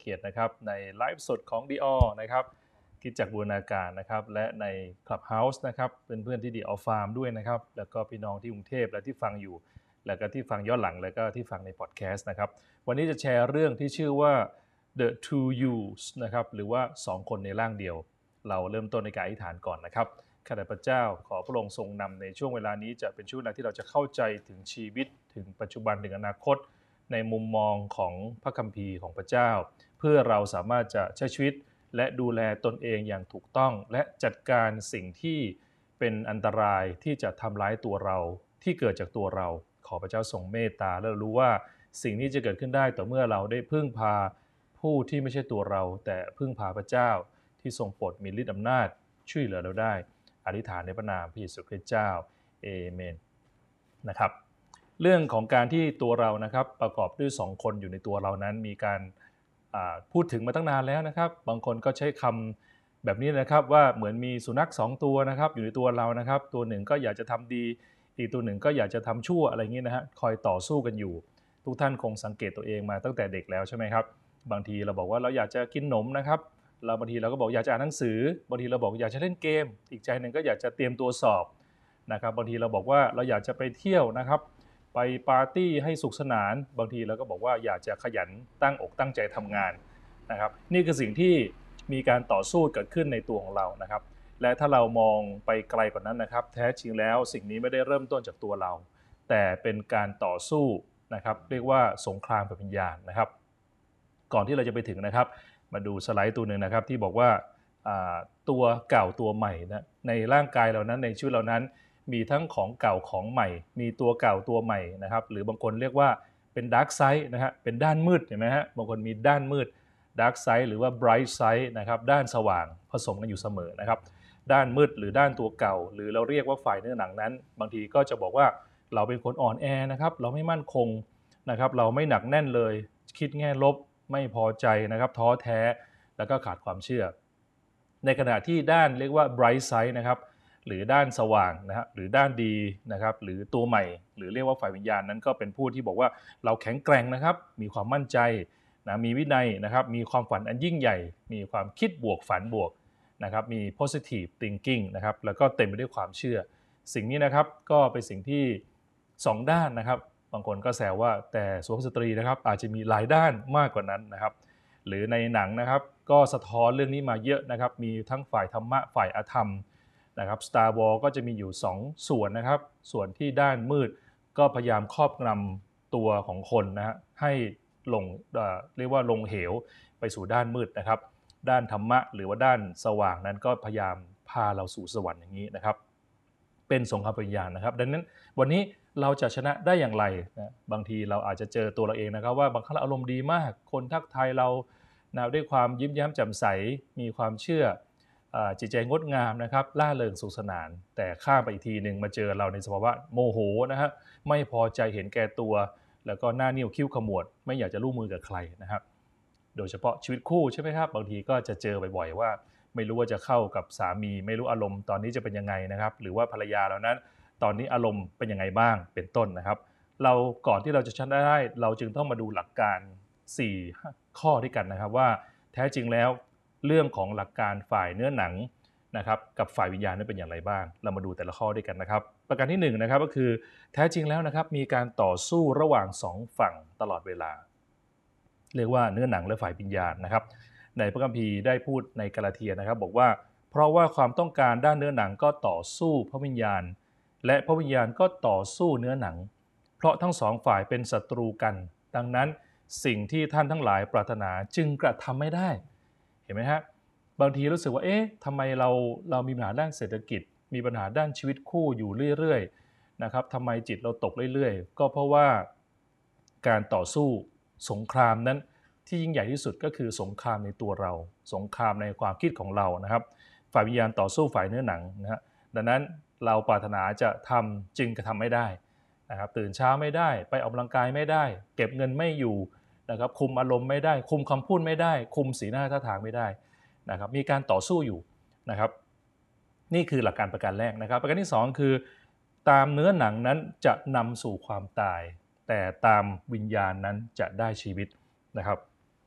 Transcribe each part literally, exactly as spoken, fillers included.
กียรตินะครับในไลฟ์สดของ ดี อ นะครับคิดจากบูรณาการนะครับและใน Clubhouse นะครับเพื่อนๆที่ ดี อ Farm ด้วยนะครับแล้วก็พี่น้องที่กรุงเทพและที่ฟังอยู่แล้วก็ที่ฟังย้อนหลังแล้วก็ที่ฟังในพอดแคสต์นะครับวันนี้จะแชร์เรื่องที่ชื่อว่า The Two Yous นะครับหรือว่าสองคนในร่างเดียวเราเริ่มต้นในการอธิษฐานก่อนนะครับข้าแต่พระเจ้าขอพระองค์ทรงนำในช่วงเวลานี้จะเป็นช่วงเวลาที่เราจะเข้าใจถึงชีวิตถึงปัจจุบันถึงอนาคตในมุมมองของพระคัมภีร์ของพระเจ้าเพื่อเราสามารถจะใช้ชีวิตและดูแลตนเองอย่างถูกต้องและจัดการสิ่งที่เป็นอันตรายที่จะทำร้ายตัวเราที่เกิดจากตัวเราขอพระเจ้าทรงเมตตาและรู้ว่าสิ่งนี้จะเกิดขึ้นได้ต่อเมื่อเราได้พึ่งพาผู้ที่ไม่ใช่ตัวเราแต่พึ่งพาพระเจ้าที่ทรงโปรดมีฤทธิ์อำนาจช่วยเหลือเราได้อธิษฐานในพระนามพระเยซูคริสต์เจ้าเอเมนนะครับเรื่องของการที่ตัวเรานะครับประกอบด้วยสองคนอยู่ในตัวเรานั้นมีการพูดถึงมาตั้งนานแล้วนะครับบางคนก็ใช้คำแบบนี้นะครับว่าเหมือนมีสุนัขสองตัวนะครับอยู่ในตัวเรานะครับตัวหนึ่งก็อยากจะทำดีอีกตัวหนึ่งก็อยากจะทำชั่วอะไรอย่างนี้นะฮะคอยต่อสู้กันอยู่ทุกท่านคงสังเกตตัวเองมาตั้งแต่เด็กแล้วใช่ไหมครับบางทีเราบอกว่าเราอยากจะกินขนมนะครับเราบางทีเราก็บอกอยากจะอ่านหนังสือบางทีเราบอกอยากจะเล่นเกมอีกใจหนึ่งก็อยากจะเตรียมตัวสอบนะครับบางทีเราบอกว่าเราอยากจะไปเที่ยวนะครับไปปาร์ตี้ให้สุขสนานบางทีเราก็บอกว่าอยากจะขยันตั้งอกตั้งใจทำงานนะครับนี่คือสิ่งที่มีการต่อสู้เกิดขึ้นในตัวของเรานะครับและถ้าเรามองไปไกลกว่านั้นนะครับแท้จริงแล้วสิ่งนี้ไม่ได้เริ่มต้นจากตัวเราแต่เป็นการต่อสู้นะครับเรียกว่าสงครามแบบวิญญาณนะครับก่อนที่เราจะไปถึงนะครับมาดูสไลด์ตัวหนึ่งนะครับที่บอกว่าตัวเก่าตัวใหม่นะในร่างกายเรานั้นในชีวิตเรานั้นมีทั้งของเก่าของใหม่มีตัวเก่าตัวใหม่นะครับหรือบางคนเรียกว่าเป็นดาร์กไซด์นะฮะเป็นด้านมืดเห็นไหมฮะบางคนมีด้านมืดดาร์กไซด์หรือว่าไบรท์ไซด์นะครับด้านสว่างผสมกันอยู่เสมอนะครับด้านมืดหรือด้านตัวเก่าหรือเราเรียกว่าฝ่ายเนื้อหนังนั้นบางทีก็จะบอกว่าเราเป็นคนอ่อนแอนะครับเราไม่มั่นคงนะครับเราไม่หนักแน่นเลยคิดแง่ลบไม่พอใจนะครับท้อแท้แล้วก็ขาดความเชื่อในขณะที่ด้านเรียกว่า bright side นะครับหรือด้านสว่างนะฮะหรือด้านดีนะครับหรือตัวใหม่หรือเรียกว่าฝ่ายวิญญาณนั้นก็เป็นผู้ที่บอกว่าเราแข็งแกร่งนะครับมีความมั่นใจนะมีวินัยนะครับมีความฝันอันยิ่งใหญ่มีความคิดบวกฝันบวกนะครับมี positive thinking นะครับแล้วก็เต็มไปด้วยความเชื่อสิ่งนี้นะครับก็เป็นสิ่งที่สองด้านนะครับบางคนก็แซวว่าแต่สุภาพสตรีนะครับอาจจะมีหลายด้านมากกว่านั้นนะครับหรือในหนังนะครับก็สะท้อนเรื่องนี้มาเยอะนะครับมีทั้งฝ่ายธรรมะฝ่ายอธรรมนะครับ Star Wars ก็จะมีอยู่สองส่วนนะครับส่วนที่ด้านมืดก็พยายามครอบงำตัวของคนนะฮะให้ลง เอ่อ เรียกว่าลงเหวไปสู่ด้านมืดนะครับด้านธรรมะหรือว่าด้านสว่างนั้นก็พยายามพาเราสู่สวรรค์อย่างนี้นะครับเป็นสงครามวิญญาณนะครับดังนั้นวันนี้เราจะชนะได้อย่างไรนะบางทีเราอาจจะเจอตัวเราเองนะครับว่าบางครั้งเราอารมณ์ดีมากคนทักทายเรานะด้วยความยิ้มแย้มแจ่มใสมีความเชื่อจิตใจงดงามนะครับล่าเริงสุขสนานแต่ข้ามไปอีกทีหนึ่งมาเจอเราในสภาวะโมโหนะฮะไม่พอใจเห็นแก่ตัวแล้วก็หน้านิ้วคิ้วขมวดไม่อยากจะร่วมมือกับใครนะครับโดยเฉพาะชีวิตคู่ใช่ไหมครับบางทีก็จะเจอบ่อยๆว่าไม่รู้ว่าจะเข้ากับสามีไม่รู้อารมณ์ตอนนี้จะเป็นยังไงนะครับหรือว่าภรรยาเรานั้นตอนนี้อารมณ์เป็นยังไงบ้างเป็นต้นนะครับเราก่อนที่เราจะชนะได้เราจึงต้องมาดูหลักการสี่ข้อด้วยกันนะครับว่าแท้จริงแล้วเรื่องของหลักการฝ่ายเนื้อหนังนะครับกับฝ่ายวิญญาณนั้นเป็นอย่างไรบ้างเรามาดูแต่ละข้อด้วยกันนะครับประการที่หนึ่งนะครับก็คือแท้จริงแล้วนะครับมีการต่อสู้ระหว่างสองฝั่งตลอดเวลาเรียกว่าเนื้อหนังและฝ่ายวิญญาณนะครับในพระคัมภีร์ได้พูดในกาลาเทียนะครับบอกว่าเพราะว่าความต้องการด้านเนื้อหนังก็ต่อสู้พระวิญญาณและพระวิญญาณก็ต่อสู้เนื้อหนังเพราะทั้งสองฝ่ายเป็นศัตรูกันดังนั้นสิ่งที่ท่านทั้งหลายปรารถนาจึงกระทำไม่ได้เห็นไหมฮะบางทีรู้สึกว่าเอ๊ะทำไมเราเรามีปัญหาด้านเศรษฐกิจมีปัญหาด้านชีวิตคู่อยู่เรื่อยๆนะครับทำไมจิตเราตกเรื่อยๆก็เพราะว่าการต่อสู้สงครามนั้นที่ยิ่งใหญ่ที่สุดก็คือสงครามในตัวเราสงครามในความคิดของเรานะครับฝ่ายวิญญาณต่อสู้ฝ่ายเนื้อหนังนะฮะดังนั้นเราปรารถนาจะทำจึงกระทำไม่ได้นะครับตื่นเช้าไม่ได้ไปออกกำลังกายไม่ได้เก็บเงินไม่อยู่นะครับคุมอารมณ์ไม่ได้คุมคำพูดไม่ได้คุมสีหน้าท่าทางไม่ได้นะครับมีการต่อสู้อยู่นะครับนี่คือหลักการประการแรกนะครับประการที่สองคือตามเนื้อหนังนั้นจะนำสู่ความตายแต่ตามวิญญาณนั้นจะได้ชีวิตนะครับ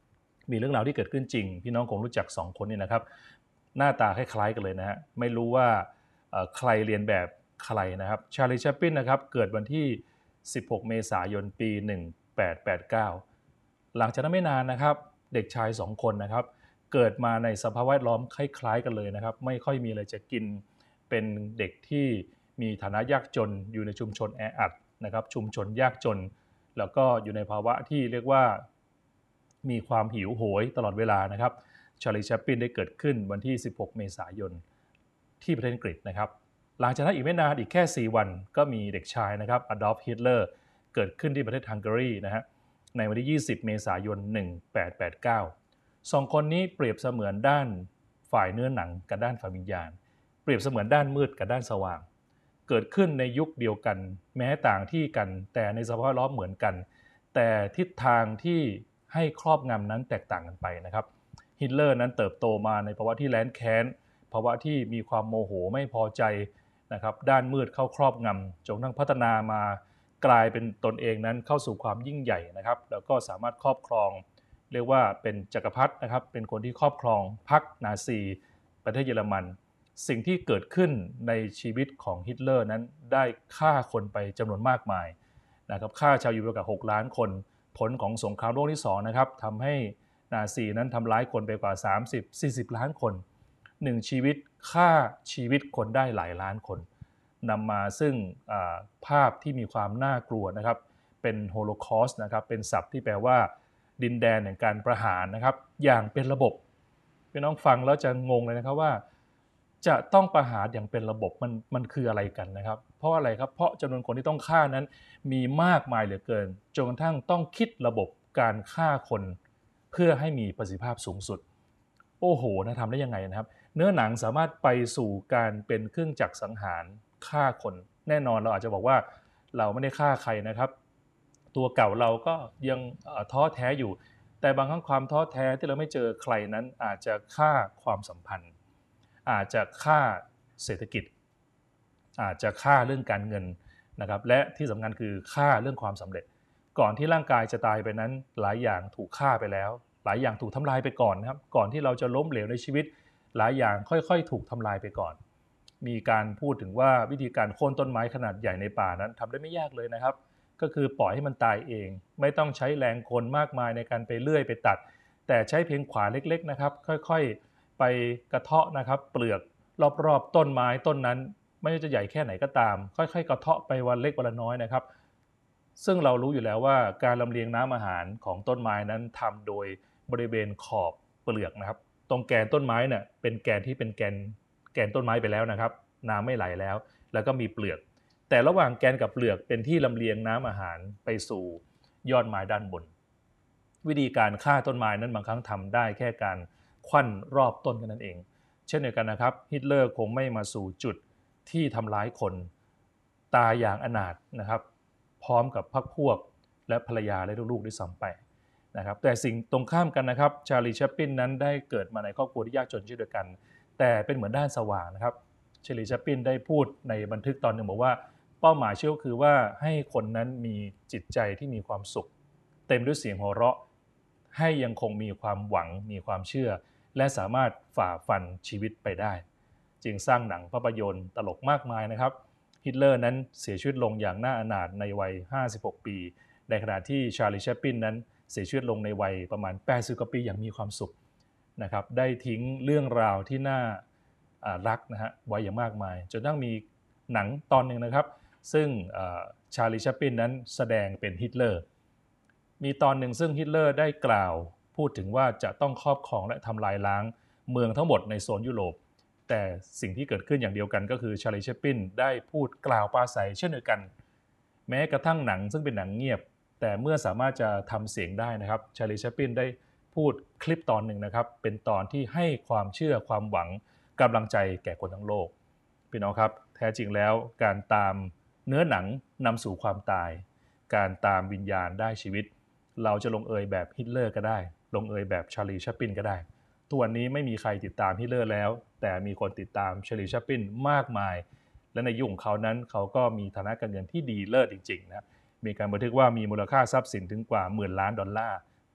มีเรื่องราวที่เกิดขึ้นจริงพี่น้องคงรู้จักสองคนนี้นะครับหน้าตาคล้ายๆกันเลยนะฮะไม่รู้ว่าใครเรียนแบบใครนะครับชาลี แชปลินนะครับเกิดวันที่สิบหกเมษายนปีหนึ่งพันแปดร้อยแปดสิบเก้าหลังจากนั้นไม่นานนะครับเด็กชายสองคนนะครับเกิดมาในสภาพแวดล้อมคล้ายๆกันเลยนะครับไม่ค่อยมีอะไรจะกินเป็นเด็กที่มีฐานะยากจนอยู่ในชุมชนแออัดนะครับชุมชนยากจนแล้วก็อยู่ในภาวะที่เรียกว่ามีความหิวโหยตลอดเวลานะครับชาลี แชปลินได้เกิดขึ้นวันที่สิบหกเมษายนที่ประเทศอังกฤษนะครับหลังจากนั้นอีกไม่นานอีกแค่สี่วันก็มีเด็กชายนะครับอดอล์ฟ ฮิตเลอร์เกิดขึ้นที่ประเทศฮังการีนะฮะในวันที่ยี่สิบเมษายนหนึ่งพันแปดร้อยแปดสิบเก้าสองคนนี้เปรียบเสมือนด้านฝ่ายเนื้อหนังกับด้านฝ่ายวิญญาณเปรียบเสมือนด้านมืดกับด้านสว่างเกิดขึ้นในยุคเดียวกันแม้ต่างที่กันแต่ในสภาพแวดล้อมเหมือนกันแต่ทิศทางที่ให้ครอบงำนั้นแตกต่างกันไปนะครับฮิตเลอร์นั้นเติบโตมาในภาวะที่แร้นแค้นภาวะที่มีความโมโหไม่พอใจนะครับด้านมืดเข้าครอบงำจนทั้งพัฒนามากลายเป็นตนเองนั้นเข้าสู่ความยิ่งใหญ่นะครับแล้วก็สามารถครอบครองเรียกว่าเป็นจักรพรรดินะครับเป็นคนที่ครอบครองพรรคนาซีประเทศเยอรมันสิ่งที่เกิดขึ้นในชีวิตของฮิตเลอร์นั้นได้ฆ่าคนไปจำนวนมากมายนะครับฆ่าชาวยิวกว่าหกล้านคนผลของสงครามโลกที่สองนะครับทำให้นาซีนั้นทำร้ายคนไปกว่า สามสิบถึงสี่สิบ ล้านคนหนึ่งชีวิตฆ่าชีวิตคนได้หลายล้านคนนำมาซึ่งภาพที่มีความน่ากลัวนะครับเป็นโฮโลคอสต์นะครับเป็นศัพท์ที่แปลว่าดินแดนแห่งการประหารนะครับอย่างเป็นระบบพี่น้องฟังแล้วจะงงเลยนะครับว่าจะต้องประหารอย่างเป็นระบบมันมันคืออะไรกันนะครับเพราะอะไรครับเพราะจำนวนคนที่ต้องฆ่านั้นมีมากมายเหลือเกินจนกระทั่งต้องคิดระบบการฆ่าคนเพื่อให้มีประสิทธิภาพสูงสุดโอ้โหนะทำได้ยังไงนะครับเนื้อหนังสามารถไปสู่การเป็นเครื่องจักรสังหารฆ่าคนแน่นอนเราอาจจะบอกว่าเราไม่ได้ฆ่าใครนะครับตัวเก่าเราก็ยังท้อแท้อยู่แต่บางครั้งความท้อแท้ที่เราไม่เจอใครนั้นอาจจะฆ่าความสัมพันธ์อาจจะฆ่าเศรษฐกิจอาจจะฆ่าเรื่องการเงินนะครับและที่สำคัญคือฆ่าเรื่องความสำเร็จก่อนที่ร่างกายจะตายไปนั้นหลายอย่างถูกฆ่าไปแล้วหลายอย่างถูกทำลายไปก่อนนะครับก่อนที่เราจะล้มเหลวในชีวิตหลายอย่างค่อยๆถูกทำลายไปก่อนมีการพูดถึงว่าวิธีการโค่นต้นไม้ขนาดใหญ่ในป่านั้นทำได้ไม่ยากเลยนะครับก็คือปล่อยให้มันตายเองไม่ต้องใช้แรงคนมากมายในการไปเลื่อยไปตัดแต่ใช้เพียงขวานเล็กๆนะครับค่อยๆไปกระเทาะนะครับเปลือกรอบๆต้นไม้ต้นนั้นไม่ว่าจะใหญ่แค่ไหนก็ตามค่อยๆกระเทาะไปวันเล็กวันละน้อยนะครับซึ่งเรารู้อยู่แล้วว่าการลำเลียงน้ำอาหารของต้นไม้นั้นทำโดยบริเวณขอบเปลือกนะครับตรงแกนต้นไม้เนี่ยเป็นแกนที่เป็นแกนแกนต้นไม้ไปแล้วนะครับน้ำไม่ไหลแล้วแล้วก็มีเปลือกแต่ระหว่างแกนกับเปลือกเป็นที่ลำเลียงน้ำอาหารไปสู่ยอดไม้ด้านบนวิธีการฆ่าต้นไม้นั้นบางครั้งทำได้แค่การควันรอบต้นแค่นั้นเองเช่นเดียวกันนะครับฮิตเลอร์คงไม่มาสู่จุดที่ทำร้ายคนตายอย่างอนาถนะครับพร้อมกับพรรคพวกและภรรยาและลูกๆด้วยซ้ำไปนะครับแต่สิ่งตรงข้ามกันนะครับชาลี แชปลินนั้นได้เกิดมาในครอบครัวที่ยากจนเช่นเดียวกันแต่เป็นเหมือนด้านสว่างนะครับชาลี แชปลินได้พูดในบันทึกตอนหนึ่งบอกว่าเป้าหมายเชื่อคือว่าให้คนนั้นมีจิตใจที่มีความสุขเต็มด้วยเสียงหัวเราะให้ยังคงมีความหวังมีความเชื่อและสามารถฝ่าฟันชีวิตไปได้จึงสร้างหนังภาพยนตร์ตลกมากมายนะครับฮิตเลอร์นั้นเสียชีวิตลงอย่างน่าอนาถในวัยห้าสิบหกปีในขณะที่ชาลี แชปลินนั้นเสียชีวิตลงในวัยประมาณแปดสิบกว่าปีอย่างมีความสุขนะครับได้ทิ้งเรื่องราวที่น่ารักนะฮะไว้อย่างมากมายจนทั้งมีหนังตอนหนึ่งนะครับซึ่งชาลี แชปลินนั้นแสดงเป็นฮิตเลอร์มีตอนหนึ่งซึ่งฮิตเลอร์ได้กล่าวพูดถึงว่าจะต้องครอบครองและทำลายล้างเมืองทั้งหมดในโซนยุโรปแต่สิ่งที่เกิดขึ้นอย่างเดียวกันก็คือชาลี แชปลินได้พูดกล่าวปราศัยเช่นเดียวกันแม้กระทั่งหนังซึ่งเป็นหนังเงียบแต่เมื่อสามารถจะทำเสียงได้นะครับชาลี แชปลินได้พูดคลิปตอนหนึ่งนะครับเป็นตอนที่ให้ความเชื่อความหวังกำลังใจแก่คนทั้งโลกพี่น้องครับแท้จริงแล้วการตามเนื้อหนังนำสู่ความตายการตามวิญญาณได้ชีวิตเราจะลงเอยแบบฮิตเลอร์ก็ได้ลงเอยแบบชาลี แชปลินก็ได้ทุกวันนี้ไม่มีใครติดตามฮิตเลอร์แล้วแต่มีคนติดตามชาลี แชปลินมากมายและในยุคของเขานั้นเขาก็มีฐานะการเงินที่ดีเลิศจริงๆนะมีการบันทึกว่ามีมูลค่าทรัพย์สินถึงกว่าหมื่นล้านดอลลาร์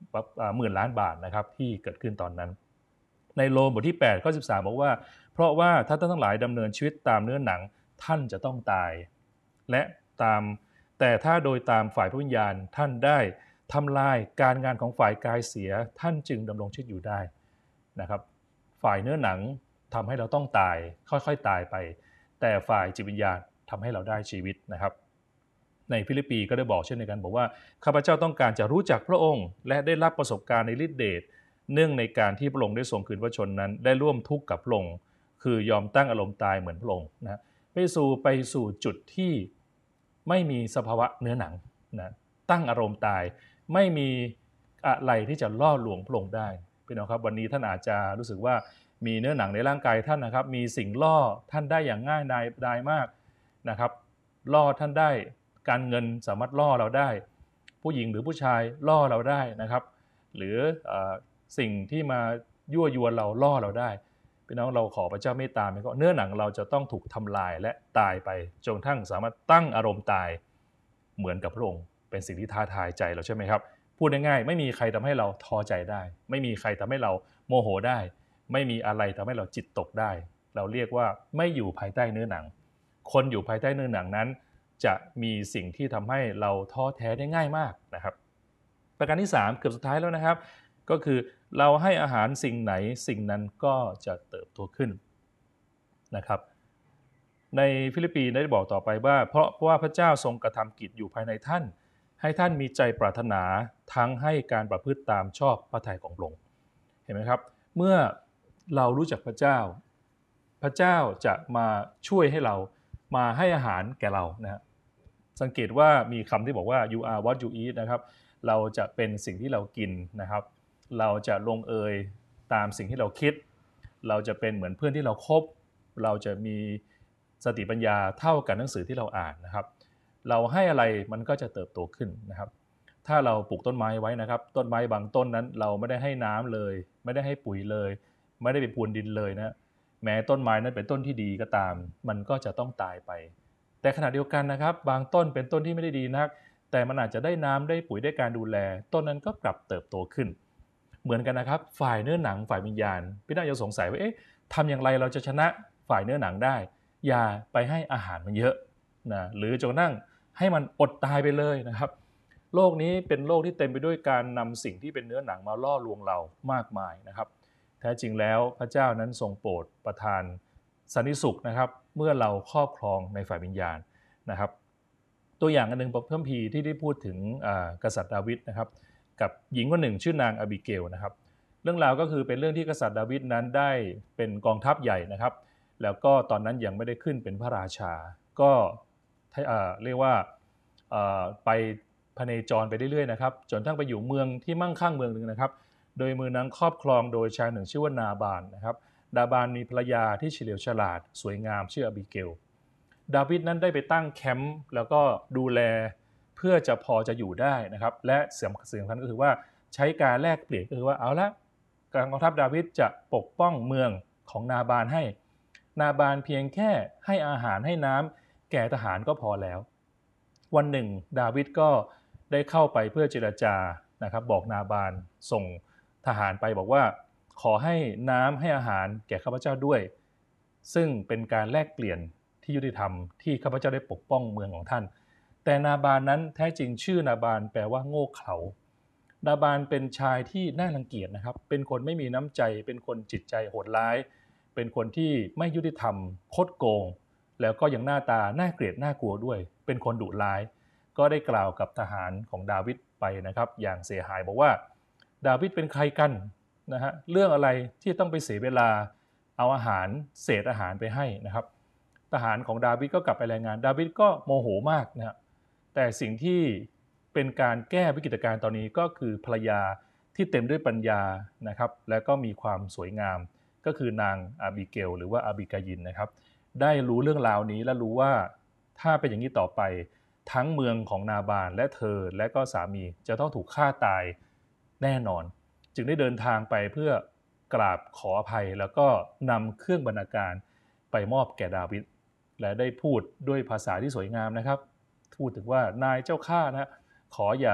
หมื่นล้านบาทนะครับที่เกิดขึ้นตอนนั้นในโรมบทที่แปดข้อสิบสามบอกว่าเพราะว่าถ้าท่านทั้งหลายดำเนินชีวิตตามเนื้อหนังท่านจะต้องตายและตามแต่ถ้าโดยตามฝ่ายพระวิญญาณท่านได้ทำลายการงานของฝ่ายกายเสียท่านจึงดำรงชีวิตอยู่ได้นะครับฝ่ายเนื้อหนังทำให้เราต้องตายค่อยๆตายไปแต่ฝ่ายจิตวิญญาณทำให้เราได้ชีวิตนะครับในฟิลิปปีก็ได้บอกเช่นเดียวกันบอกว่าข้าพเจ้าต้องการจะรู้จักพระองค์และได้รับประสบการณ์ในฤทธิเดชเนื่องในการที่พระองค์ได้ทรงคืนพระชนนั้นได้ร่วมทุกข์กับพระองค์คือยอมตั้งอารมณ์ตายเหมือนพระองค์นะไปสู่ไปสู่จุดที่ไม่มีสภาวะเนื้อหนังนะตั้งอารมณ์ตายไม่มีอะไรที่จะล่อลวงพระองค์ได้พี่น้องครับวันนี้ท่านอาจจะรู้สึกว่ามีเนื้อหนังในร่างกายท่านนะครับมีสิ่งล่อท่านได้อย่างง่ายดายดายมากนะครับล่อท่านได้การเงินสามารถล่อเราได้ผู้หญิงหรือผู้ชายล่อเราได้นะครับหรือสิ่งที่มายั่วยวนเราล่อเราได้พี่น้องเราขอพระเจ้าเมตตาไหมก็เนื้อหนังเราจะต้องถูกทำลายและตายไปจนทั้งสามารถตั้งอารมณ์ตายเหมือนกับพระองค์เป็นสิ่งที่ท้าทายใจเราใช่ไหมครับพูดง่ายๆไม่มีใครทำให้เราท้อใจได้ไม่มีใครทำให้เราโมโหได้ไม่มีอะไรทำให้เราจิตตกได้เราเรียกว่าไม่อยู่ภายใต้เนื้อหนังคนอยู่ภายใต้เนื้อหนังนั้นจะมีสิ่งที่ทำให้เราท้อแท้ได้ง่ายมากนะครับประการที่สามเกือบสุดท้ายแล้วนะครับก็คือเราให้อาหารสิ่งไหนสิ่งนั้นก็จะเติบโตขึ้นนะครับในฟิลิปปีได้บอกต่อไปว่าเพราะว่าพระเจ้าทรงกระทำกิจอยู่ภายในท่านให้ท่านมีใจปรารถนาทั้งให้การประพฤติตามชอบพระทัยของพระองค์เห็นไหมครับเมื่อเรารู้จักพระเจ้าพระเจ้าจะมาช่วยให้เรามาให้อาหารแก่เรานะฮะสังเกตว่ามีคำที่บอกว่า you are what you eat นะครับเราจะเป็นสิ่งที่เรากินนะครับเราจะลงเอยตามสิ่งที่เราคิดเราจะเป็นเหมือนเพื่อนที่เราคบเราจะมีสติปัญญาเท่ากับหนังสือที่เราอ่านนะครับเราให้อะไรมันก็จะเติบโตขึ้นนะครับถ้าเราปลูกต้นไม้ไว้นะครับต้นไม้บางต้นนั้นเราไม่ได้ให้น้ำเลยไม่ได้ให้ปุ๋ยเลยไม่ได้ไปพรวนดินเลยนะแม้ต้นไม้นั้นเป็นต้นที่ดีก็ตามมันก็จะต้องตายไปแต่ขณะเดียวกันนะครับบางต้นเป็นต้นที่ไม่ได้ดีนักแต่มันอาจจะได้น้ำได้ปุ๋ยได้การดูแลต้นนั้นก็กลับเติบโตขึ้นเหมือนกันนะครับฝ่ายเนื้อหนังฝ่ายวิญญาณพี่น่าจะสงสัยว่าเอ๊ะทำอย่างไรเราจะชนะฝ่ายเนื้อหนังได้อย่าไปให้อาหารมันเยอะนะหรือจนนั่งให้มันอดตายไปเลยนะครับโลกนี้เป็นโลกที่เต็มไปด้วยการนำสิ่งที่เป็นเนื้อหนังมาล่อลวงเรามากมายนะครับแท้จริงแล้วพระเจ้านั้นทรงโปรดประทานสันติสุขนะครับเมื่อเราครอบครองในฝ่ายวิญญาณนะครับตัวอย่างอันนึงพระคัมภีร์ที่ได้พูดถึงกษัตริย์ดาวิดนะครับกับหญิงคนหนึ่งชื่อนางอบิเกลนะครับเรื่องราวก็คือเป็นเรื่องที่กษัตริย์ดาวิดนั้นได้เป็นกองทัพใหญ่นะครับแล้วก็ตอนนั้นยังไม่ได้ขึ้นเป็นพระราชาก็เรียกว่าไปพเนจรไปเรื่อยๆนะครับจนทั้งไปอยู่เมืองที่มั่งคั่งเมืองนึงนะครับโดยเมืองนั้นครอบครองโดยชายหนึ่งชื่อว่านาบานนะครับนาบานมีภรรยาที่เฉลียวฉลาดสวยงามชื่ออบิเกลดาวิดนั้นได้ไปตั้งแคมป์แล้วก็ดูแลเพื่อจะพอจะอยู่ได้นะครับและสิ่งสำคัญก็คือว่าใช้การแลกเปลี่ยนก็คือว่าเอาละกองทัพดาวิดจะปกป้องเมืองของนาบานให้นาบานเพียงแค่ให้อาหารให้น้ำแก่ทหารก็พอแล้ววันหนึ่งดาวิดก็ได้เข้าไปเพื่อเจรจานะครับบอกนาบานส่งทหารไปบอกว่าขอให้น้ำให้อาหารแก่ข้าพเจ้าด้วยซึ่งเป็นการแลกเปลี่ยนที่ยุติธรรมที่ข้าพเจ้าได้ปกป้องเมืองของท่านแต่นาบานนั้นแท้จริงชื่อนาบานแปลว่าโง่เขลานาบานเป็นชายที่น่ารังเกียจนะครับเป็นคนไม่มีน้ำใจเป็นคนจิตใจโหดร้ายเป็นคนที่ไม่ยุติธรรมคดโกงแล้วก็ยังหน้าตาน่าเกลียดน่ากลัวด้วยเป็นคนดุร้ายก็ได้กล่าวกับทหารของดาวิดไปนะครับอย่างเสียหายบอกว่าดาวิดเป็นใครกันนะฮะเรื่องอะไรที่ต้องไปเสียเวลาเอาอาหารเศษอาหารไปให้นะครับทหารของดาวิดก็กลับไปรายงานดาวิดก็โมโหมากนะฮะแต่สิ่งที่เป็นการแก้วิกฤตการณ์ตอนนี้ก็คือภรรยาที่เต็มด้วยปัญญานะครับและก็มีความสวยงามก็คือนางอาบิเกลหรือว่าอาบิกายินนะครับได้รู้เรื่องราวนี้และรู้ว่าถ้าเป็นอย่างนี้ต่อไปทั้งเมืองของนาบานและเธอและก็สามีจะต้องถูกฆ่าตายแน่นอนจึงได้เดินทางไปเพื่อกราบขออภัยแล้วก็นำเครื่องบรรณาการไปมอบแก่ดาวิดและได้พูดด้วยภาษาที่สวยงามนะครับพูดถึงว่านายเจ้าข้านะขออย่า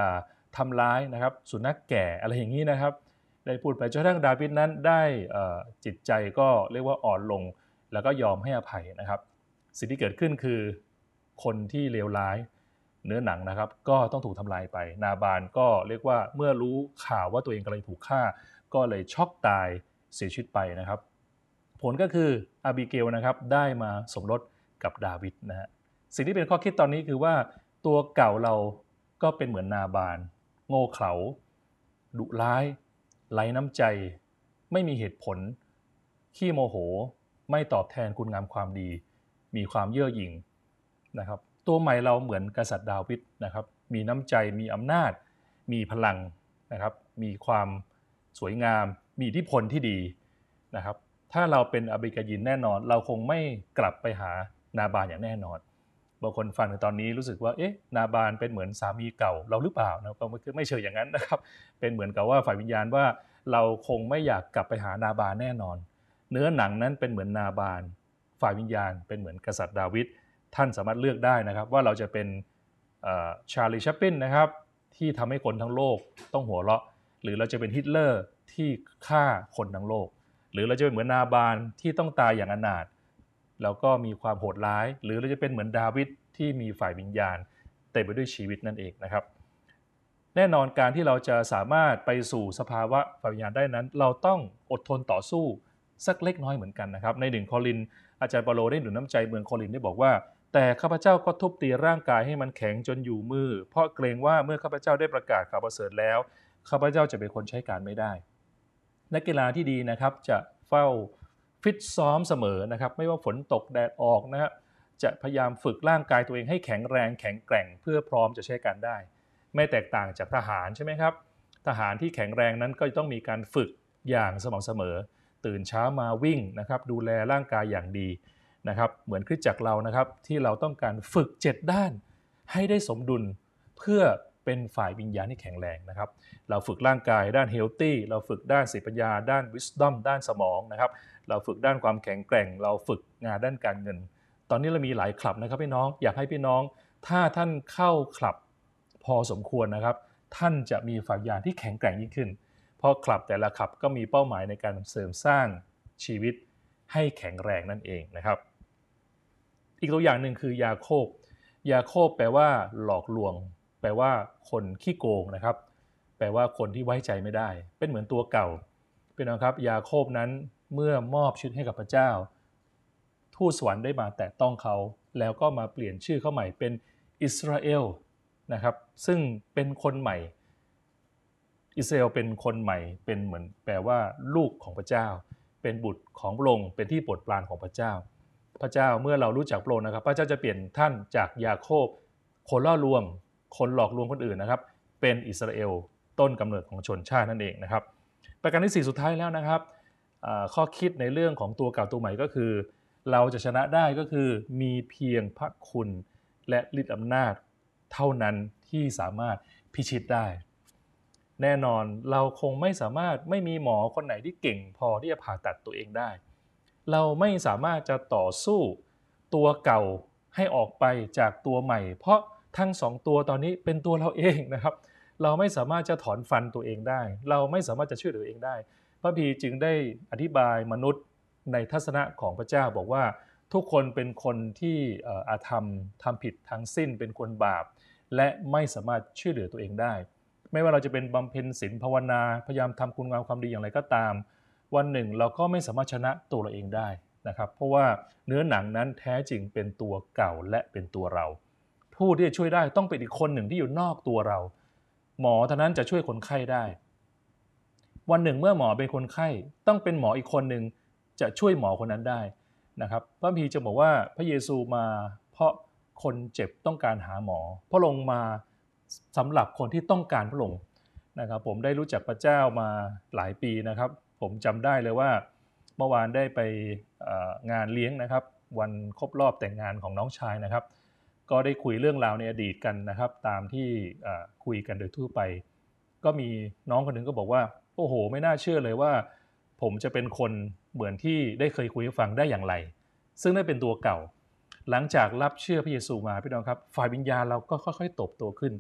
ทำร้ายนะครับสุนัขแก่อะไรอย่างนี้นะครับได้พูดไปจนกระทั่งดาวิดนั้นได้จิตใจก็เรียกว่าอ่อนลงแล้วก็ยอมให้อภัยนะครับสิ่งที่เกิดขึ้นคือคนที่เลวร้ายเนื้อหนังนะครับก็ต้องถูกทำลายไปนาบาลก็เรียกว่าเมื่อรู้ข่าวว่าตัวเองกำลังถูกฆ่าก็เลยช็อกตายเสียชีวิตไปนะครับผลก็คืออาบิเกลนะครับได้มาสมรสกับดาวิดนะฮะสิ่งที่เป็นข้อคิดตอนนี้คือว่าตัวเก่าเราก็เป็นเหมือนนาบาลโง่เขลาดุร้ายไร้น้ำใจไม่มีเหตุผลขี้โมโหไม่ตอบแทนคุณงามความดีมีความเย่อหยิ่งนะครับตัวใหม่เราเหมือนกษัตริย์ดาวิดนะครับมีน้ำใจมีอำนาจมีพลังนะครับมีความสวยงามมีอิทธิพลที่ดีนะครับถ้าเราเป็นอบิกายินแน่นอนเราคงไม่กลับไปหานาบาลอย่างแน่นอนบางคนฟังในตอนนี้รู้สึกว่าเอ๊ะนาบาลเป็นเหมือนสามีเก่าเราหรือเปล่านะก็ไม่เชิงอย่างนั้นนะครับเป็นเหมือนกับว่าฝ่ายวิญญาณว่าเราคงไม่อยากกลับไปหานาบาลแน่นอนเนื้อหนังนั้นเป็นเหมือนนาบาลฝ่ายวิญญาณเป็นเหมือนกษัตริย์ดาวิดท่านสามารถเลือกได้นะครับว่าเราจะเป็นชาร์ลีย์ แชปลินนะครับที่ทำให้คนทั้งโลกต้องหัวเราะหรือเราจะเป็นฮิตเลอร์ที่ฆ่าคนทั้งโลกหรือเราจะเป็นเหมือนนาบาลที่ต้องตายอย่างอนาถแล้วก็มีความโหดร้ายหรือเราจะเป็นเหมือนดาวิดที่มีฝ่ายวิญญาณเต็มไปด้วยชีวิตนั่นเองนะครับแน่นอนการที่เราจะสามารถไปสู่สภาวะฝ่ายวิญญาณได้นั้นเราต้องอดทนต่อสู้สักเล็กน้อยเหมือนกันนะครับในหนึ่งโครินธ์อาจารย์เปาโลได้หนุนน้ำใจเมืองโครินธ์ได้บอกว่าแต่ข้าพเจ้าก็ทุบตีร่างกายให้มันแข็งจนอยู่มือเพราะเกรงว่าเมื่อข้าพเจ้าได้ประกาศข่าวประเสริฐแล้วข้าพเจ้าจะเป็นคนใช้การไม่ได้นักกีฬาที่ดีนะครับจะเฝ้าฟิตซ้อมเสมอนะครับไม่ว่าฝนตกแดดออกนะฮะจะพยายามฝึกร่างกายตัวเองให้แข็งแรงแข็งแกร่งเพื่อพร้อมจะใช้การได้ไม่แตกต่างจากทหารใช่ไหมครับทหารที่แข็งแรงนั้นก็ต้องมีการฝึกอย่างสม่ำเสมอตื่นเช้ามาวิ่งนะครับดูแลร่างกายอย่างดีนะครับเหมือนคริสตจักรเรานะครับที่เราต้องการฝึกเจ็ดด้านให้ได้สมดุลเพื่อเป็นฝ่ายวิญญาณที่แข็งแรงนะครับเราฝึกร่างกายด้านเฮลตี้เราฝึกด้านสติปัญญาด้านวิสดอมด้านสมองนะครับเราฝึกด้านความแข็งแกร่งเราฝึกงานด้านการเงินตอนนี้เรามีหลายคลับนะครับพี่น้องอยากให้พี่น้องถ้าท่านเข้าคลับพอสมควรนะครับท่านจะมีฝ่ายวิญญาณที่แข็งแกร่งยิ่งขึ้นเพราะคลับแต่ละคลับก็มีเป้าหมายในการเสริมสร้างชีวิตให้แข็งแรงนั่นเองนะครับอีกตัวอย่างหนึ่งคือยาโคบยาโคบแปลว่าหลอกลวงแปลว่าคนขี้โกงนะครับแปลว่าคนที่ไว้ใจไม่ได้เป็นเหมือนตัวเก่าเป็นนะครับยาโคบนั้นเมื่อมอบชีวิตให้กับพระเจ้าทูตสวรรค์ได้มาแตะต้องเขาแล้วก็มาเปลี่ยนชื่อเขาใหม่เป็นอิสราเอลนะครับซึ่งเป็นคนใหม่อิสราเอลเป็นคนใหม่เป็นเหมือนแปลว่าลูกของพระเจ้าเป็นบุตรของพระองค์เป็นที่โปรดปรานของพระเจ้าพระเจ้าเมื่อเรารู้จักพระองค์นะครับพระเจ้าจะเปลี่ยนท่านจากยาโคบคนล่อลวงคนหลอกลวงคนอื่นนะครับเป็นอิสราเอลต้นกำเนิดของชนชาตินั่นเองนะครับประการที่สี่สุดท้ายแล้วนะครับข้อคิดในเรื่องของตัวเก่าตัวใหม่ก็คือเราจะชนะได้ก็คือมีเพียงพระคุณและฤทธิ์อำนาจเท่านั้นที่สามารถพิชิตได้แน่นอนเราคงไม่สามารถไม่มีหมอคนไหนที่เก่งพอที่จะผ่าตัดตัวเองได้เราไม่สามารถจะต่อสู้ตัวเก่าให้ออกไปจากตัวใหม่เพราะทั้งสองตัวตอนนี้เป็นตัวเราเองนะครับเราไม่สามารถจะถอนฟันตัวเองได้เราไม่สามารถจะช่วยเหลือตัวเองได้พระพีจึงได้อธิบายมนุษย์ในทัศนะของพระเจ้าบอกว่าทุกคนเป็นคนที่อาธรรมทำผิดทั้งสิ้นเป็นคนบาปและไม่สามารถช่วยเหลือตัวเองได้ไม่ว่าเราจะเป็นบำเพ็ญศีลภาวนาพยายามทำคุณงามความดีอย่างไรก็ตามวันหนึ่งเราก็ไม่สามารถชนะตัวเราเองได้นะครับเพราะว่าเนื้อหนังนั้นแท้จริงเป็นตัวเก่าและเป็นตัวเราผู้ที่จะช่วยได้ต้องเป็นอีกคนหนึ่งที่อยู่นอกตัวเราหมอเท่านั้นจะช่วยคนไข้ได้วันหนึ่งเมื่อหมอเป็นคนไข้ต้องเป็นหมออีกคนหนึ่งจะช่วยหมอคนนั้นได้นะครับพระคัมภีร์จะบอกว่าพระเยซูมาเพราะคนเจ็บต้องการหาหมอพระองค์มาสำหรับคนที่ต้องการพระองค์นะครับผมได้รู้จักพระเจ้ามาหลายปีนะครับผมจำได้เลยว่าเมื่อวานได้ไปงานเลี้ยงนะครับวันครบรอบแต่งงานของน้องชายนะครับก็ได้คุยเรื่องราวในอดีตกันนะครับตามที่คุยกันโดยทั่วไปก็มีน้องคนหนึ่งก็บอกว่าโอ้โหไม่น่าเชื่อเลยว่าผมจะเป็นคนเหมือนที่ได้เคยคุยให้ฟังได้อย่างไรซึ่งได้เป็นตัวเก่าหลังจากรับเชื่อพระเยซูมาพี่น้องครับฝ่ายวิญญาณเราก็ค่อยๆโตโตขึ้น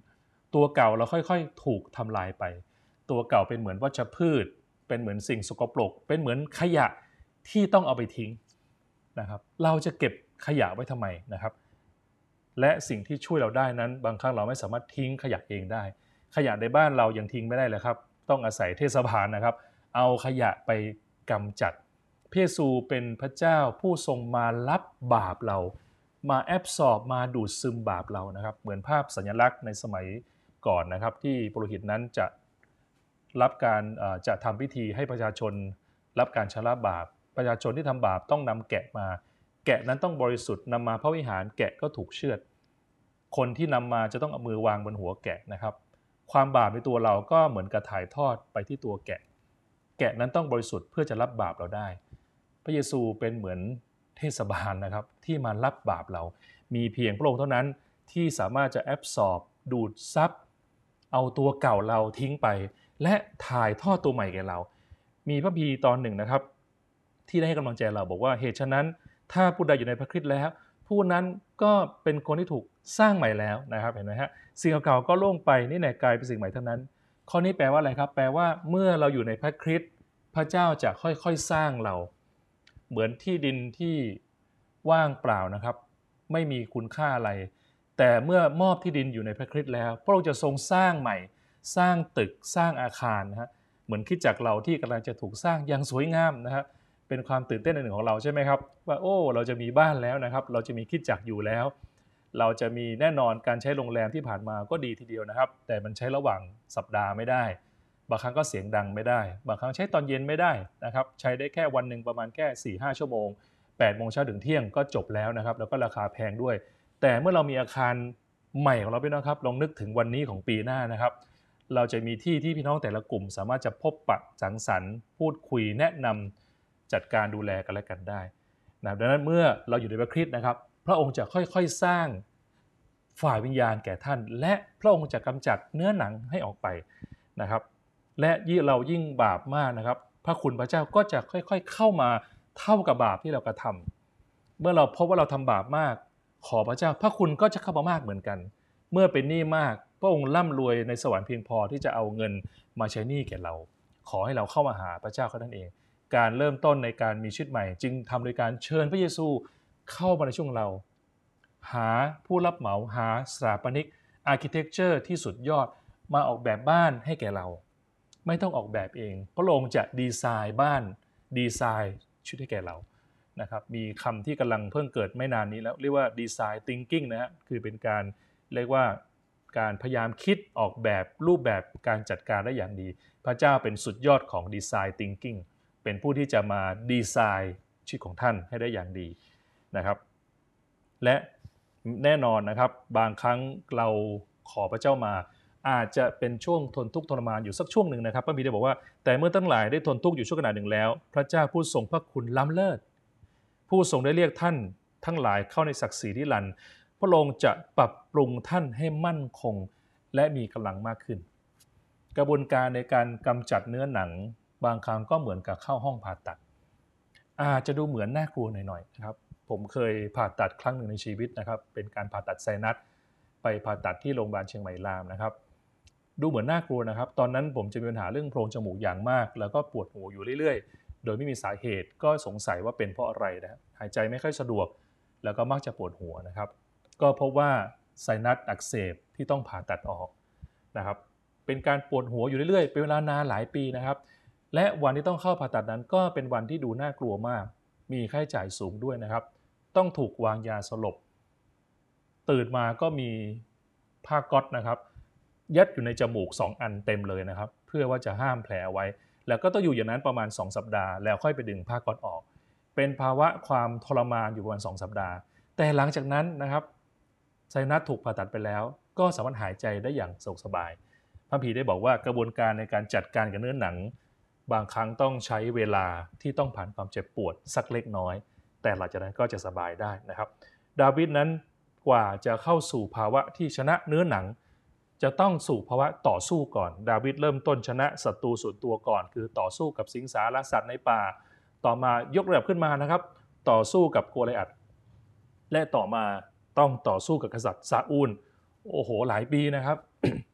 ตัวเก่าเราค่อยๆถูกทำลายไปตัวเก่าเป็นเหมือนวัชพืชเป็นเหมือนสิ่งสกปรกเป็นเหมือนขยะที่ต้องเอาไปทิ้งนะครับเราจะเก็บขยะไว้ทำไมนะครับและสิ่งที่ช่วยเราได้นั้นบางครั้งเราไม่สามารถทิ้งขยะเองได้ขยะในบ้านเรายังทิ้งไม่ได้เลยครับต้องอาศัยเทศบาลนะครับเอาขยะไปกำจัดพระเยซูเป็นพระเจ้าผู้ทรงมารับบาปเรามาแอบสอบมาดูดซึมบาปเรานะครับเหมือนภาพสัญลักษณ์ในสมัยก่อนนะครับที่ปุโรหิตนั้นจะรับการจะทำพิธีให้ประชาชนรับการชำระบาปประชาชนที่ทำบาปต้องนำแกะมาแกะนั้นต้องบริสุทธิ์นำมาพระวิหารแกะก็ถูกเชือดคนที่นำมาจะต้องเอามือวางบนหัวแกะนะครับความบาปในตัวเราก็เหมือนกับถ่ายทอดไปที่ตัวแกะแกะนั้นต้องบริสุทธิ์เพื่อจะรับบาปเราได้พระเยซูเป็นเหมือนเทศบาลนะครับที่มารับบาปเรามีเพียงพระองค์เท่านั้นที่สามารถจะแอบสอบดูดซับเอาตัวเก่าเราทิ้งไปและถ่ายทอดตัวใหม่แก่เรามีพระบีตอนหนึ่งนะครับที่ได้ให้กำลังใจเราบอกว่าเหตุฉะนั้นถ้าผู้ใดอยู่ในพระคริสต์แล้วผู้นั้นก็เป็นคนที่ถูกสร้างใหม่แล้วนะครับเห็นไหมฮะสิ่งเก่าๆก็ล่วงไปนี่แหละกลายเป็นสิ่งใหม่เท่านั้นข้อนี้แปลว่าอะไรครับแปลว่าเมื่อเราอยู่ในพระคริสต์พระเจ้าจะค่อยๆสร้างเราเหมือนที่ดินที่ว่างเปล่านะครับไม่มีคุณค่าอะไรแต่เมื่อมอบที่ดินอยู่ในพระคริสต์แล้วพระองค์จะทรงสร้างใหม่สร้างตึกสร้างอาคารนะฮะเหมือนคริสตจักรเราที่กำลังจะถูกสร้างอย่างสวยงามนะฮะเป็นความตื่นเต้นอันหนึ่งของเราใช่ไหมครับว่าโอ้เราจะมีบ้านแล้วนะครับเราจะมีคริสตจักรอยู่แล้วเราจะมีแน่นอนการใช้โรงแรมที่ผ่านมาก็ดีทีเดียวนะครับแต่มันใช้ระหว่างสัปดาห์ไม่ได้บางครั้งก็เสียงดังไม่ได้บางครั้งใช้ตอนเย็นไม่ได้นะครับใช้ได้แค่วันหนึ่งประมาณแค่ สี่ถึงห้า ชั่วโมงแปดโมงเช้าถึงเที่ยงก็จบแล้วนะครับแล้วก็ราคาแพงด้วยแต่เมื่อเรามีอาคารใหม่ของเราพี่น้องครับลองนึกถึงวันนี้ของปีหน้านะครับเราจะมีที่ที่พี่น้องแต่ละกลุ่มสามารถจะพบปะสังสรรค์พูดคุยแนะนำจัดการดูแลกันและกันได้นะดังนั้นเมื่อเราอยู่ในพระคริสต์นะครับพระองค์จะค่อยๆสร้างฝ่ายวิญญาณแก่ท่านและพระองค์จะกำจัดเนื้อหนังให้ออกไปนะครับและยิ่งเรายิ่งบาปมากนะครับพระคุณพระเจ้าก็จะค่อยๆเข้ามาเท่ากับบาปที่เรากระทำเมื่อเราพบว่าเราทำบาปมากขอพระเจ้าพระคุณก็จะเข้ามามากเหมือนกันเมื่อเป็นหนี้มากพระองค์ร่ำรวยในสวรรค์เพียงพอที่จะเอาเงินมาใช้หนี้แก่เราขอให้เราเข้ามาหาพระเจ้าแค่นั้นเองการเริ่มต้นในการมีชีวิตใหม่จึงทำโดยการเชิญพระเยซูเข้ามาในช่วงเราหาผู้รับเหมาหาสถาปนิกอาร์คิเทคเจอร์ที่สุดยอดมาออกแบบบ้านให้แก่เราไม่ต้องออกแบบเองพระองค์จะดีไซน์บ้านดีไซน์ชุดให้แก่เรานะครับมีคำที่กำลังเพิ่งเกิดไม่นานนี้แล้วเรียกว่าดีไซน์ thinking นะฮะคือเป็นการเรียกว่าการพยายามคิดออกแบบรูปแบบการจัดการได้อย่างดีพระเจ้าเป็นสุดยอดของดีไซน์ thinking เป็นผู้ที่จะมาดีไซน์ชีวิตของท่านให้ได้อย่างดีนะครับและแน่นอนนะครับบางครั้งเราขอพระเจ้ามาอาจจะเป็นช่วงทนทุกข์ทรมานอยู่สักช่วงหนึ่งนะครับพระบิดาบอกว่าแต่เมื่อทั้งหลายได้ทนทุกข์อยู่ช่วงขณะหนึ่งแล้วพระเจ้าผู้ทรงพระคุณล้ำเลิศผู้ทรงได้เรียกท่านทั้งหลายเข้าในศักดิ์ศรีนิรันดร์พระองค์จะปรับปรุงท่านให้มั่นคงและมีกำลังมากขึ้นกระบวนการในการกำจัดเนื้อหนังบางครั้งก็เหมือนกับเข้าห้องผ่าตัดอาจจะดูเหมือนน่ากลัวหน่อยๆนะครับผมเคยผ่าตัดครั้งหนึ่งในชีวิตนะครับเป็นการผ่าตัดไซนัสไปผ่าตัดที่โรงพยาบาลเชียงใหม่รามนะครับดูเหมือนน่ากลัวนะครับตอนนั้นผมจะมีปัญหาเรื่องโพรงจมูกอย่างมากแล้วก็ปวดหัวอยู่เรื่อยๆโดยไม่มีสาเหตุก็สงสัยว่าเป็นเพราะอะไรนะหายใจไม่ค่อยสะดวกแล้วก็มักจะปวดหัวนะครับก็พบว่าไซนัสอักเสบที่ต้องผ่าตัดออกนะครับเป็นการปวดหัวอยู่เรื่อยๆเป็นเวลานานหลายปีนะครับและวันที่ต้องเข้าผ่าตัดนั้นก็เป็นวันที่ดูน่ากลัวมากมีค่าใช้จ่ายสูงด้วยนะครับต้องถูกวางยาสลบตื่นมาก็มีผ้าก๊อซนะครับยัดอยู่ในจมูกสองอันเต็มเลยนะครับเพื่อว่าจะห้ามแผลไว้แล้วก็ต้องอยู่อย่างนั้นประมาณสองสัปดาห์แล้วค่อยไปดึงผ้าก๊อซออกเป็นภาวะความทรมานอยู่ประมาณสองสัปดาห์แต่หลังจากนั้นนะครับไซนัสถูกผ่าตัดไปแล้วก็สามารถหายใจได้อย่างสะดวกสบายพระพีได้บอกว่ากระบวนการในการจัดการกับเนื้อหนังบางครั้งต้องใช้เวลาที่ต้องผ่านความเจ็บปวดสักเล็กน้อยแต่หลังจากนั้นก็จะสบายได้นะครับดาวิดนั้นกว่าจะเข้าสู่ภาวะที่ชนะเนื้อหนังจะต้องสู่ภาวะต่อสู้ก่อนดาวิดเริ่มต้นชนะศัตรูส่วนตัวก่อนคือต่อสู้กับสิงสารสัตว์ในป่าต่อมายกระดับขึ้นมานะครับต่อสู้กับโกลิอัทและต่อมาต้องต่อสู้กับกษัตริย์ซาอูลโอ้โหหลายปีนะครับ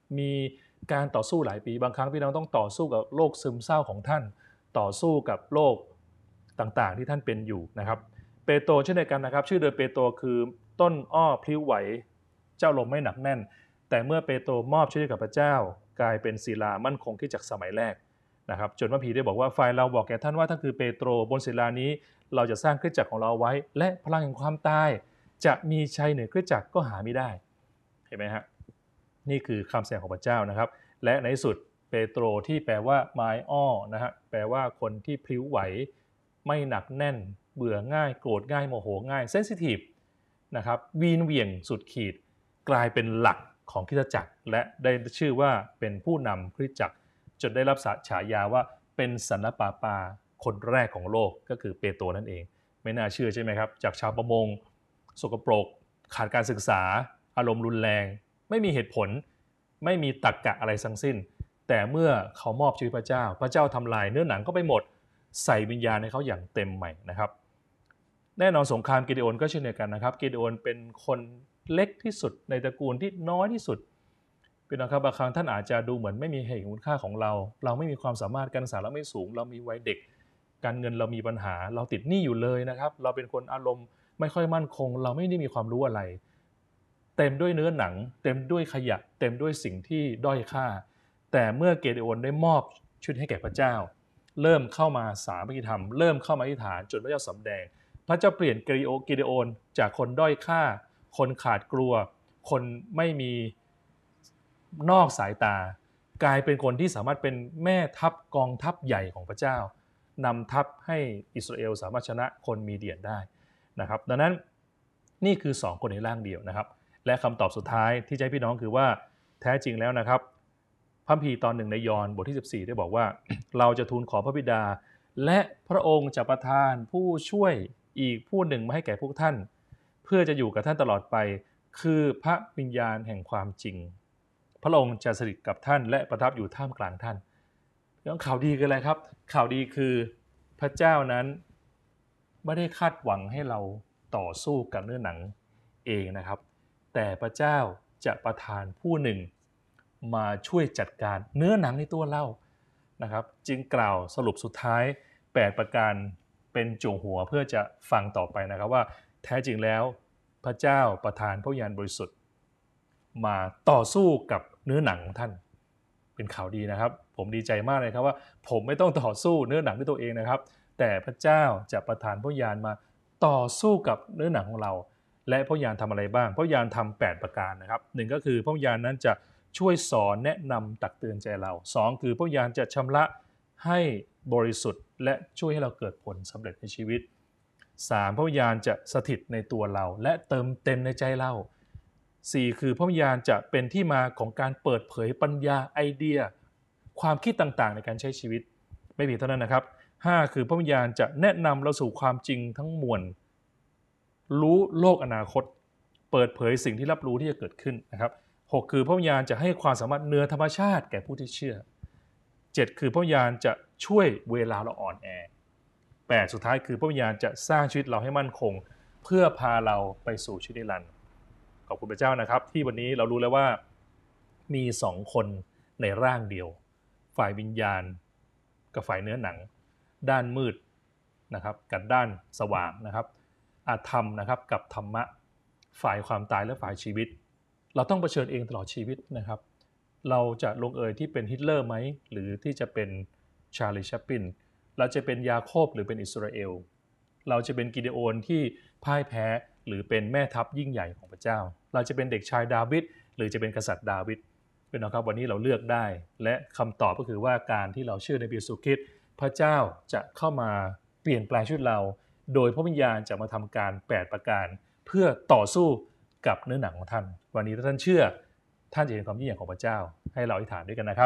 มีการต่อสู้หลายปีบางครั้งพี่น้องต้องต่อสู้กับโรคซึมเศร้าของท่านต่อสู้กับโรคต่างๆที่ท่านเป็นอยู่นะครับเปโตรเช่นเดียวกันนะครับชื่อเดิมเปโตรคือต้นอ้อพลิ้วไหวเจ้าลมไม่หนักแน่นแต่เมื่อเปโตรมอบชีวิตกับพระเจ้ากลายเป็นศิลามั่นคงที่จากสมัยแรกนะครับจนพระพีได้บอกว่าฝ่ายเราบอกแก่ท่านว่าท่านคือเปโตรบนศิลานี้เราจะสร้างคริสตจักรของเราไว้และพลังแห่งความตายจะมีชัยเหนือคริสตจักรก็หาไม่ได้เห็นไหมฮะนี่คือคำแสดงของพระเจ้านะครับและในที่สุดเปโตรที่แปลว่าไม้อ้อนะฮะแปลว่าคนที่พลิ้วไหวไม่หนักแน่นเบื่อง่ายโกรธง่ายโมโหง่ายเซนซิทีฟนะครับวีนเหวี่ยงสุดขีดกลายเป็นหลักของคริสตจักรและได้ชื่อว่าเป็นผู้นำคริสตจักรจนได้รับฉายาว่าเป็นสันนปาปาคนแรกของโลกก็คือเปโตรนั่นเองไม่น่าเชื่อใช่ไหมครับจากชาวประมงสกปรกขาดการศึกษาอารมณ์รุนแรงไม่มีเหตุผลไม่มีตรรกะอะไรทั้งสิ้นแต่เมื่อเขามอบชีวิตพระเจ้าพระเจ้าทำลายเนื้อหนังก็ไปหมดใส่วิญญาณให้เขาอย่างเต็มใหม่นะครับแน่นอนสงครามกิเดโอนก็เช่นเดียวกันนะครับกิเดโอนเป็นคนเล็กที่สุดในตระกูลที่น้อยที่สุดเป็นนะครับบางครั้งท่านอาจจะดูเหมือนไม่มีเหตุคุณค่าของเราเราไม่มีความสามารถการศึกษาเราไม่สูงเรามีวัยเด็กการเงินเรามีปัญหาเราติดหนี้อยู่เลยนะครับเราเป็นคนอารมณ์ไม่ค่อยมั่นคงเราไม่ได้มีความรู้อะไรเต็มด้วยเนื้อหนังเต็มด้วยขยะเต็มด้วยสิ่งที่ด้อยค่าแต่เมื่อเกเดโอนได้มอบชีวิตให้แก่พระเจ้าเริ่มเข้ามาสามัคคีธรรมเริ่มเข้ามาอธิษฐานจนพระเจ้าสำแดงพระเจ้าเปลี่ยนเกเดโอนจากคนด้อยค่าคนขาดกลัวคนไม่มีนอกสายตากลายเป็นคนที่สามารถเป็นแม่ทัพกองทัพใหญ่ของพระเจ้านำทัพให้อิสราเอลสามารถชนะคนมีเดียนได้นะครับดังนั้นนี่คือสองคนในร่างเดียวนะครับและคำตอบสุดท้ายที่จะให้พี่น้องคือว่าแท้จริงแล้วนะครับพระคัมภีร์ตอนหนึ่งในยอห์นบทที่สิบสี่ได้บอกว่าเราจะทูลขอพระบิดาและพระองค์จะประทานผู้ช่วยอีกผู้หนึ่งมาให้แก่พวกท่านเพื่อจะอยู่กับท่านตลอดไปคือพระวิญญาณแห่งความจริงพระองค์จะสถิตกับท่านและประทับอยู่ท่ามกลางท่านแล้วข่าวดีคืออะไรครับข่าวดีคือพระเจ้านั้นไม่ได้คาดหวังให้เราต่อสู้กับเนื้อหนังเองนะครับแต่พระเจ้าจะประทานผู้หนึ่งมาช่วยจัดการเนื้อหนังในตัวเรานะครับจึงกล่าวสรุปสุดท้ายแปดประการเป็นจุ่หัวเพื่อจะฟังต่อไปนะครับว่าแท้จริงแล้วพระเจ้าประทานพระวิญญาณบริสุทธิ์มาต่อสู้กับเนื้อหนังของท่านเป็นข่าวดีนะครับผมดีใจมากเลยครับว่าผมไม่ต้องต่อสู้เนื้อหนังด้วยตัวเองนะครับแต่พระเจ้าจะประทานพระวิญญาณมาต่อสู้กับเนื้อหนังของเราและพระวิญญาณทำอะไรบ้างพระวิญญาณทำแปดประการนะครับหนึ่งก็คือพระวิญญาณนั้นจะช่วยสอนแนะนำตักเตือนใจเราสองคือพระวิญญาณจะชำระให้บริสุทธิ์และช่วยให้เราเกิดผลสำเร็จในชีวิตสามพระวิญญาณจะสถิตในตัวเราและเติมเต็มในใจเราสี่คือพระวิญญาณจะเป็นที่มาของการเปิดเผยปัญญาไอเดียความคิดต่างๆในการใช้ชีวิตไม่เพียงเท่านั้นนะครับห้าคือพระวิญญาณจะแนะนำเราสู่ความจริงทั้งมวลรู้โลกอนาคตเปิดเผยสิ่งที่รับรู้ที่จะเกิดขึ้นนะครับหกคือพระวิญญาณจะให้ความสามารถเหนือธรรมชาติแก่ผู้ที่เชื่อเจ็ดคือพระวิญญาณจะช่วยเวลาเราอ่อนแอแปดสุดท้ายคือพระวิญญาณจะสร้างชีวิตเราให้มั่นคงเพื่อพาเราไปสู่ชีวิตนิรันดร์ขอบคุณพระเจ้านะครับที่วันนี้เรารู้แล้วว่ามีสองคนในร่างเดียวฝ่ายวิญญาณกับฝ่ายเนื้อหนังด้านมืดนะครับกับด้านสว่างนะครับอาธรรมนะครับกับธรรมะฝ่ายความตายและฝ่ายชีวิตเราต้องเผชิญเองตลอดชีวิตนะครับเราจะลงเอยที่เป็นฮิตเลอร์ไหมหรือที่จะเป็นชาร์ลีแชปลินเราจะเป็นยาโคบหรือเป็นอิสราเอลเราจะเป็นกิเดโอนที่พ่ายแพ้หรือเป็นแม่ทัพยิ่งใหญ่ของพระเจ้าเราจะเป็นเด็กชายดาวิดหรือจะเป็นกษัตริย์ดาวิดเป็นนะครับวันนี้เราเลือกได้และคำตอบก็คือว่าการที่เราเชื่อในพระเยซูคริสต์พระเจ้าจะเข้ามาเปลี่ยนแปลงชีวิตเราโดยพระวิญญาณจะมาทำการแปดประการเพื่อต่อสู้กับเนื้อหนังของท่านวันนี้ถ้าท่านเชื่อท่านจะเห็นความยิ่งใหญ่ของพระเจ้าให้เราอธิษฐานด้วยกันนะครับ